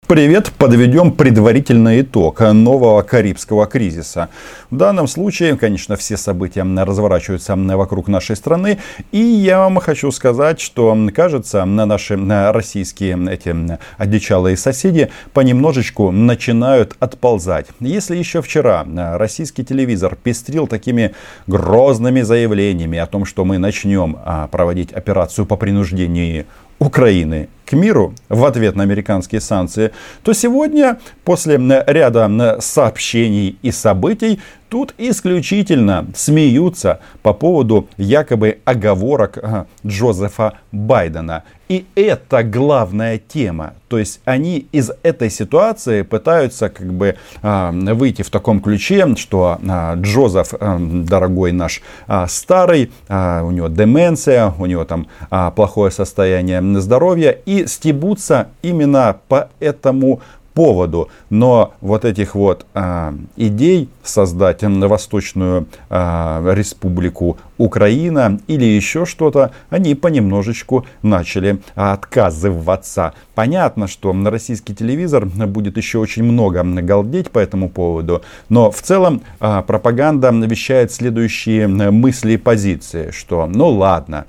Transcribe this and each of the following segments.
Привет! Подведем предварительный итог нового Карибского кризиса. В данном случае, конечно, все события разворачиваются вокруг нашей страны. И я вам хочу сказать, что, кажется, наши российские эти одичалые соседи понемножечку начинают отползать. Если еще вчера российский телевизор пестрил такими грозными заявлениями о том, что мы начнем проводить операцию по принуждению Украины к миру в ответ на американские санкции, то сегодня, после ряда сообщений и событий, тут исключительно смеются по поводу якобы оговорок Джозефа Байдена. И это главная тема. То есть они из этой ситуации пытаются выйти в таком ключе, что Джозеф, дорогой наш старый, у него деменция, у него там плохое состояние здоровья, и стебутся именно по этому поводу. Но вот этих вот идей создать Восточную Республику Украина или еще что-то, они понемножечку начали отказываться. Понятно, что на российский телевизор будет еще очень много галдеть по этому поводу, но в целом пропаганда вещает следующие мысли и позиции, что ну ладно,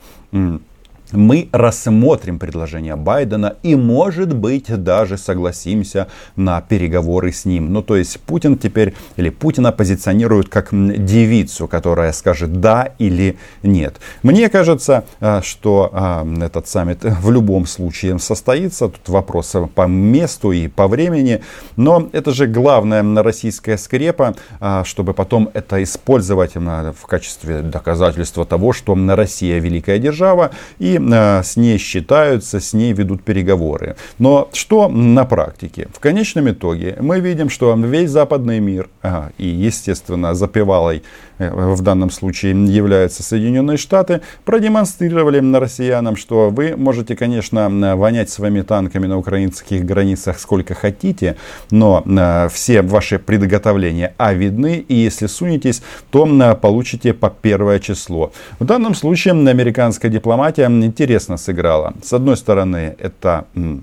мы рассмотрим предложение Байдена и, может быть, даже согласимся на переговоры с ним. Ну, то есть Путин теперь, или Путина позиционируют как девицу, которая скажет да или нет. Мне кажется, что этот саммит в любом случае состоится. Тут вопрос по месту и по времени. Но это же главная российская скрепа, чтобы потом это использовать в качестве доказательства того, что Россия великая держава и с ней считаются, с ней ведут переговоры. Но что на практике? В конечном итоге мы видим, что весь западный мир и, естественно, запевалой в данном случае являются Соединенные Штаты, продемонстрировали россиянам, что вы можете, конечно, вонять своими танками на украинских границах сколько хотите, но все ваши приготовления видны, и если сунетесь, то получите по первое число. В данном случае американская дипломатия интересно сыграла. С одной стороны, это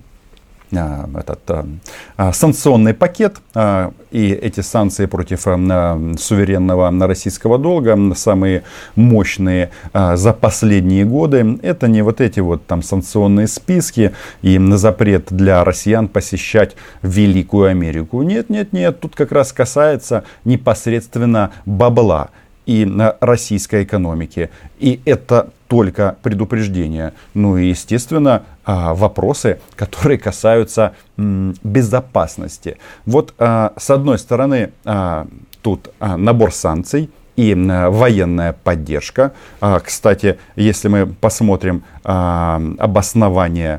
санкционный пакет, и эти санкции против суверенного российского долга самые мощные за последние годы. Это не вот эти вот там санкционные списки и запрет для россиян посещать Великую Америку. Нет, тут как раз касается непосредственно бабла и российской экономики. И это только предупреждение. Ну и, естественно, вопросы, которые касаются безопасности. Вот с одной стороны, тут набор санкций и военная поддержка. Кстати, если мы посмотрим обоснование,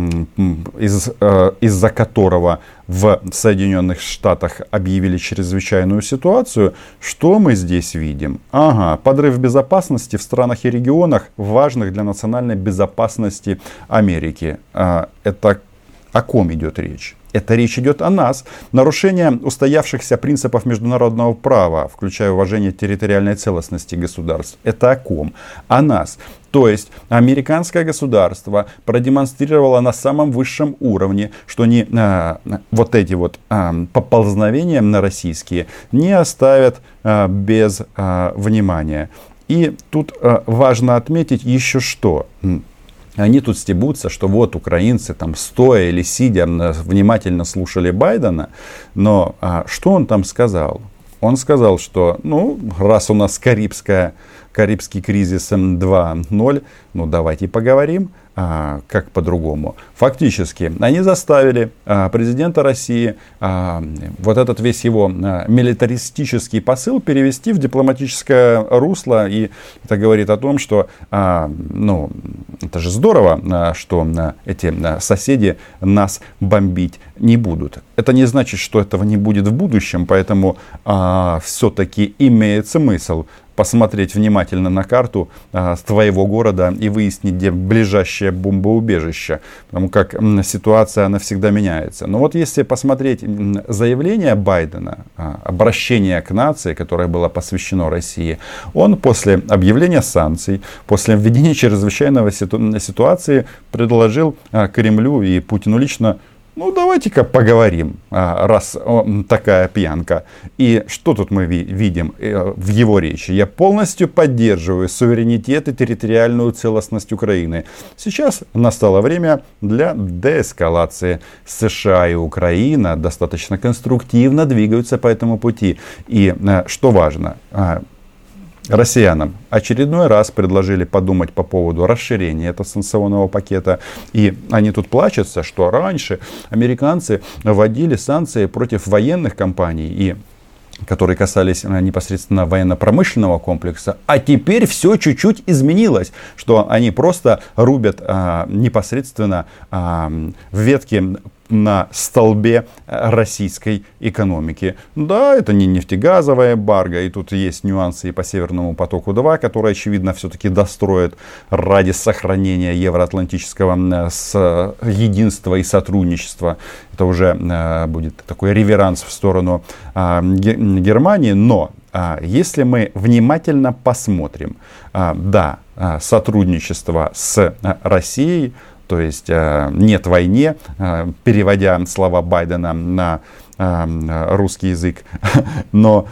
из-за которого в Соединенных Штатах объявили чрезвычайную ситуацию, что мы здесь видим? Подрыв безопасности в странах и регионах, важных для национальной безопасности Америки. Это о ком идет речь? Это речь идет о нас. Нарушение устоявшихся принципов международного права, включая уважение территориальной целостности государств. Это о ком? О нас. То есть американское государство продемонстрировало на самом высшем уровне, что вот эти вот поползновения на российские не оставят без внимания. И тут важно отметить еще что. Они тут стебутся, что вот украинцы там стоя или сидя внимательно слушали Байдена. Но что он там сказал? Он сказал, что раз у нас Карибский кризис 2.0, давайте поговорим, как по-другому. Фактически, они заставили президента России вот этот весь его милитаристический посыл перевести в дипломатическое русло. И это говорит о том, что это же здорово, что эти соседи нас бомбить не будут. Это не значит, что этого не будет в будущем, поэтому все-таки имеет смысл посмотреть внимательно на карту твоего города и выяснить, где ближайшее бомбоубежище. Потому как ситуация, она всегда меняется. Но вот если посмотреть заявление Байдена, обращение к нации, которое было посвящено России, он после объявления санкций, после введения чрезвычайной ситуации предложил Кремлю и Путину лично Ну, давайте-ка поговорим, раз такая пьянка. И что тут мы видим в его речи? Я полностью поддерживаю суверенитет и территориальную целостность Украины. Сейчас настало время для деэскалации. США и Украина достаточно конструктивно двигаются по этому пути. И что важно, россиянам очередной раз предложили подумать по поводу расширения этого санкционного пакета. И они тут плачутся, что раньше американцы вводили санкции против военных компаний, которые касались непосредственно военно-промышленного комплекса. А теперь все чуть-чуть изменилось, что они просто рубят непосредственно ветки на столбе российской экономики. Да, это не нефтегазовая эмбарго, и тут есть нюансы и по Северному потоку-2, который, очевидно, все-таки достроят ради сохранения евроатлантического единства и сотрудничества. Это уже будет такой реверанс в сторону Германии, но если мы внимательно посмотрим, да, сотрудничество с Россией, то есть нет войне, переводя слова Байдена на русский язык. Но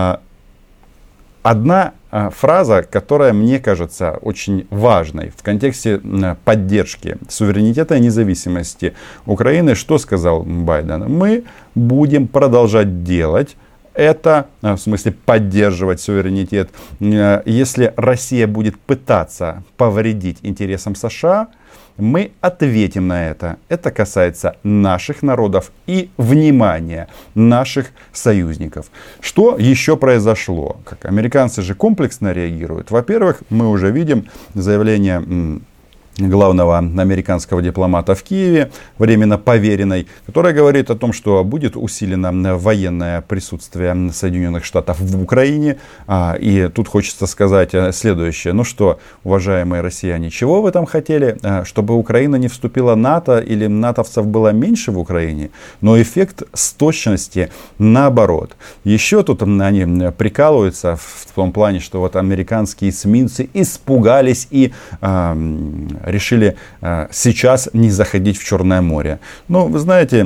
одна фраза, которая мне кажется очень важной в контексте поддержки суверенитета и независимости Украины, что сказал Байден? Мы будем продолжать делать это, в смысле поддерживать суверенитет, если Россия будет пытаться повредить интересам США, мы ответим на это. Это касается наших народов и, внимания, наших союзников. Что еще произошло? Как американцы же комплексно реагируют. Во-первых, мы уже видим заявление главного американского дипломата в Киеве, временно поверенной, которая говорит о том, что будет усилено военное присутствие Соединенных Штатов в Украине. И тут хочется сказать следующее. Ну что, уважаемые россияне, чего вы там хотели? Чтобы Украина не вступила в НАТО или натовцев было меньше в Украине? Но эффект с точности наоборот. Еще тут они прикалываются в том плане, что вот американские эсминцы испугались и решили сейчас не заходить в Черное море. Ну, вы знаете,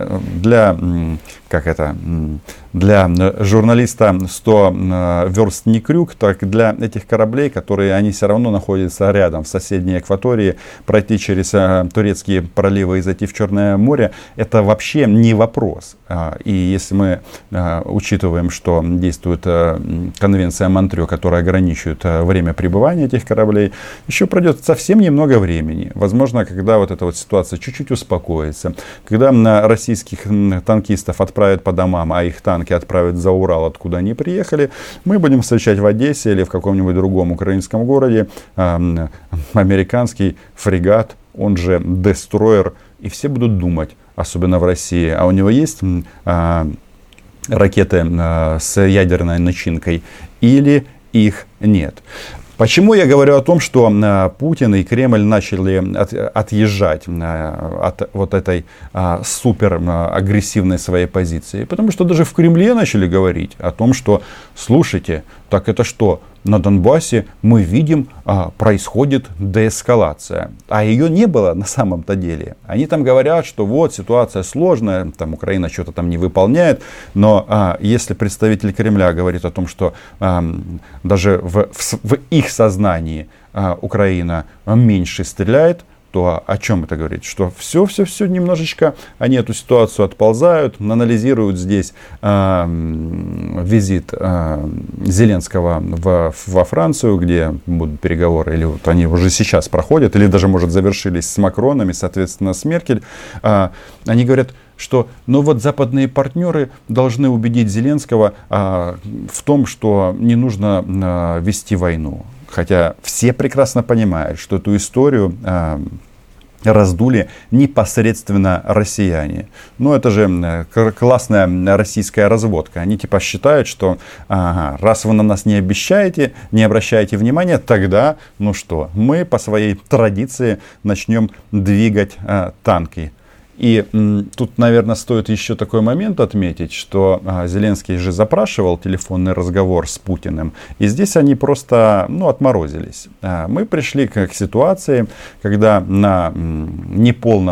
для журналиста 100 верст не крюк, так для этих кораблей, которые они все равно находятся рядом, в соседней акватории, пройти через турецкие проливы и зайти в Черное море, это вообще не вопрос. И если мы учитываем, что действует конвенция Монтрео, которая ограничивает время пребывания этих кораблей, еще пройдет совсем немного времени. Возможно, когда вот эта вот ситуация чуть-чуть успокоится, когда российских танкистов отправят по домам, а их танки отправят за Урал, откуда они приехали, мы будем встречать в Одессе или в каком-нибудь другом украинском городе американский фрегат, он же дестройер, и все будут думать, особенно в России, а у него есть ракеты с ядерной начинкой или их нет. Почему я говорю о том, что Путин и Кремль начали отъезжать от вот этой супер агрессивной своей позиции? Потому что даже в Кремле начали говорить о том, что, слушайте, так это что, на Донбассе мы видим, происходит деэскалация. А ее не было на самом-то деле. Они там говорят, что вот ситуация сложная, там Украина что-то там не выполняет. Но если представитель Кремля говорит о том, что даже в их сознании Украина меньше стреляет, то о чем это говорит? Что все немножечко они эту ситуацию отползают, анализируют здесь визит Зеленского во Францию, где будут переговоры, или вот они уже сейчас проходят, или даже, может, завершились с Макроном и, соответственно, с Меркель. Они говорят, что вот западные партнеры должны убедить Зеленского в том, что не нужно вести войну. Хотя все прекрасно понимают, что эту историю раздули непосредственно россияне. Ну, это же классная российская разводка. Они типа считают, что раз вы на нас не обещаете, не обращаете внимания, тогда, ну что, мы по своей традиции начнем двигать танки. И тут, наверное, стоит еще такой момент отметить, что Зеленский же запрашивал телефонный разговор с Путиным, и здесь они просто отморозились. Мы пришли к ситуации, когда на неполном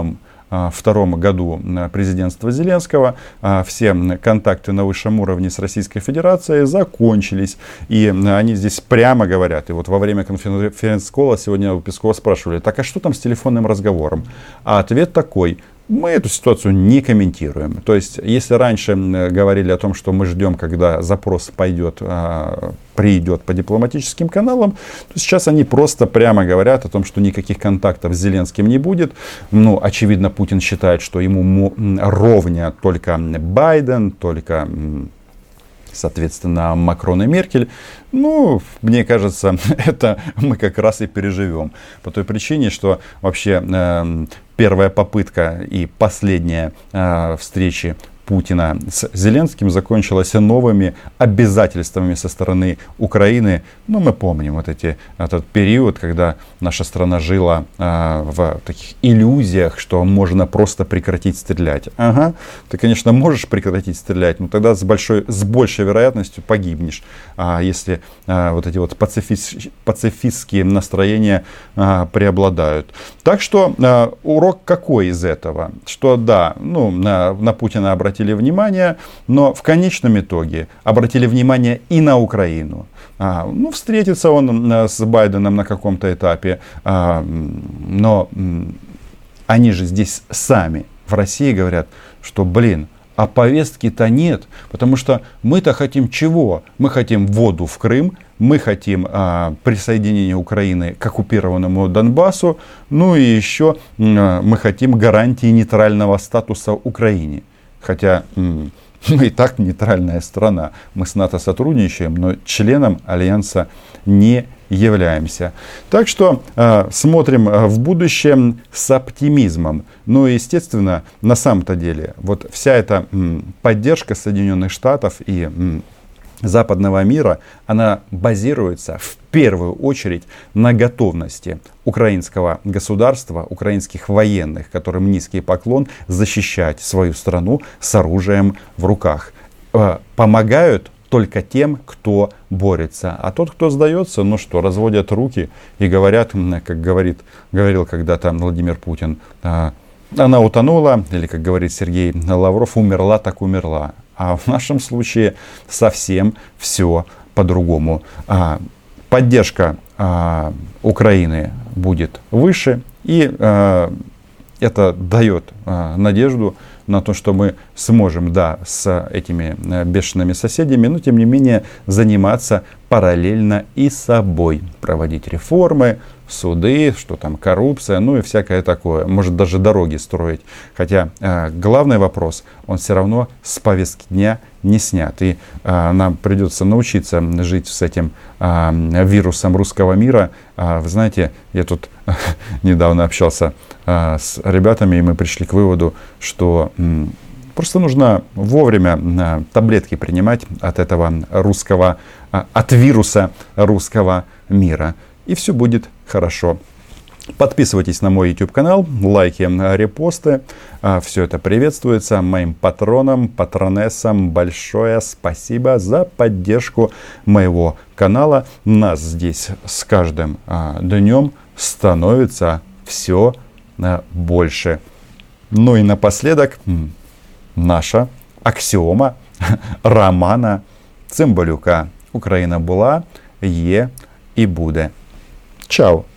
втором году президентства Зеленского все контакты на высшем уровне с Российской Федерацией закончились. И они здесь прямо говорят, и вот во время конференц-кола сегодня у Пескова спрашивали, так а что там с телефонным разговором? А ответ такой: мы эту ситуацию не комментируем. То есть, если раньше говорили о том, что мы ждем, когда запрос придет по дипломатическим каналам, то сейчас они просто прямо говорят о том, что никаких контактов с Зеленским не будет. Ну, очевидно, Путин считает, что ему ровня только Байден, только, соответственно, Макрон и Меркель. Ну, мне кажется, это мы как раз и переживем. По той причине, что вообще первая попытка и последняя встречи Путина с Зеленским закончилась новыми обязательствами со стороны Украины. Ну, мы помним этот период, когда наша страна жила в таких иллюзиях, что можно просто прекратить стрелять. Ага, ты, конечно, можешь прекратить стрелять, но тогда с большей вероятностью погибнешь, если вот эти вот пацифистские настроения преобладают. Так что урок какой из этого? Что да, ну, на Путина обратили внимание, но в конечном итоге обратили внимание и на Украину. Ну, встретится он с Байденом на каком-то этапе, но они же здесь сами в России говорят, что, а повестки-то нет, потому что мы-то хотим чего? Мы хотим воду в Крым, мы хотим присоединения Украины к оккупированному Донбассу, ну и еще мы хотим гарантии нейтрального статуса Украине. Хотя мы и так нейтральная страна, мы с НАТО сотрудничаем, но членом Альянса не являемся. Так что смотрим в будущее с оптимизмом. Ну и, естественно, на самом-то деле, вот вся эта поддержка Соединенных Штатов и западного мира, она базируется в первую очередь на готовности украинского государства, украинских военных, которым низкий поклон, защищать свою страну с оружием в руках. Помогают только тем, кто борется. А тот, кто сдается, ну что, разводят руки и говорят, как говорил когда-то Владимир Путин, она утонула, или, как говорит Сергей Лавров, умерла так умерла. А в нашем случае совсем все по-другому. Поддержка Украины будет выше, и это дает надежду на то, что мы сможем, да, с этими бешеными соседями, но тем не менее заниматься параллельно и собой, проводить реформы, суды, что там коррупция, ну и всякое такое. Может даже дороги строить. Хотя главный вопрос, он все равно с повестки дня не снят. И нам придется научиться жить с этим вирусом русского мира. Вы знаете, я тут недавно общался с ребятами, и мы пришли к выводу, что просто нужно вовремя таблетки принимать от этого от вируса русского мира. И все будет хорошо. Подписывайтесь на мой YouTube канал, лайки, репосты. Все это приветствуется. Моим патронам, патронессам большое спасибо за поддержку моего канала. Нас здесь с каждым днем становится все больше. Ну и напоследок наша аксиома Романа Цимбалюка. Україна була, є і буде. Чао!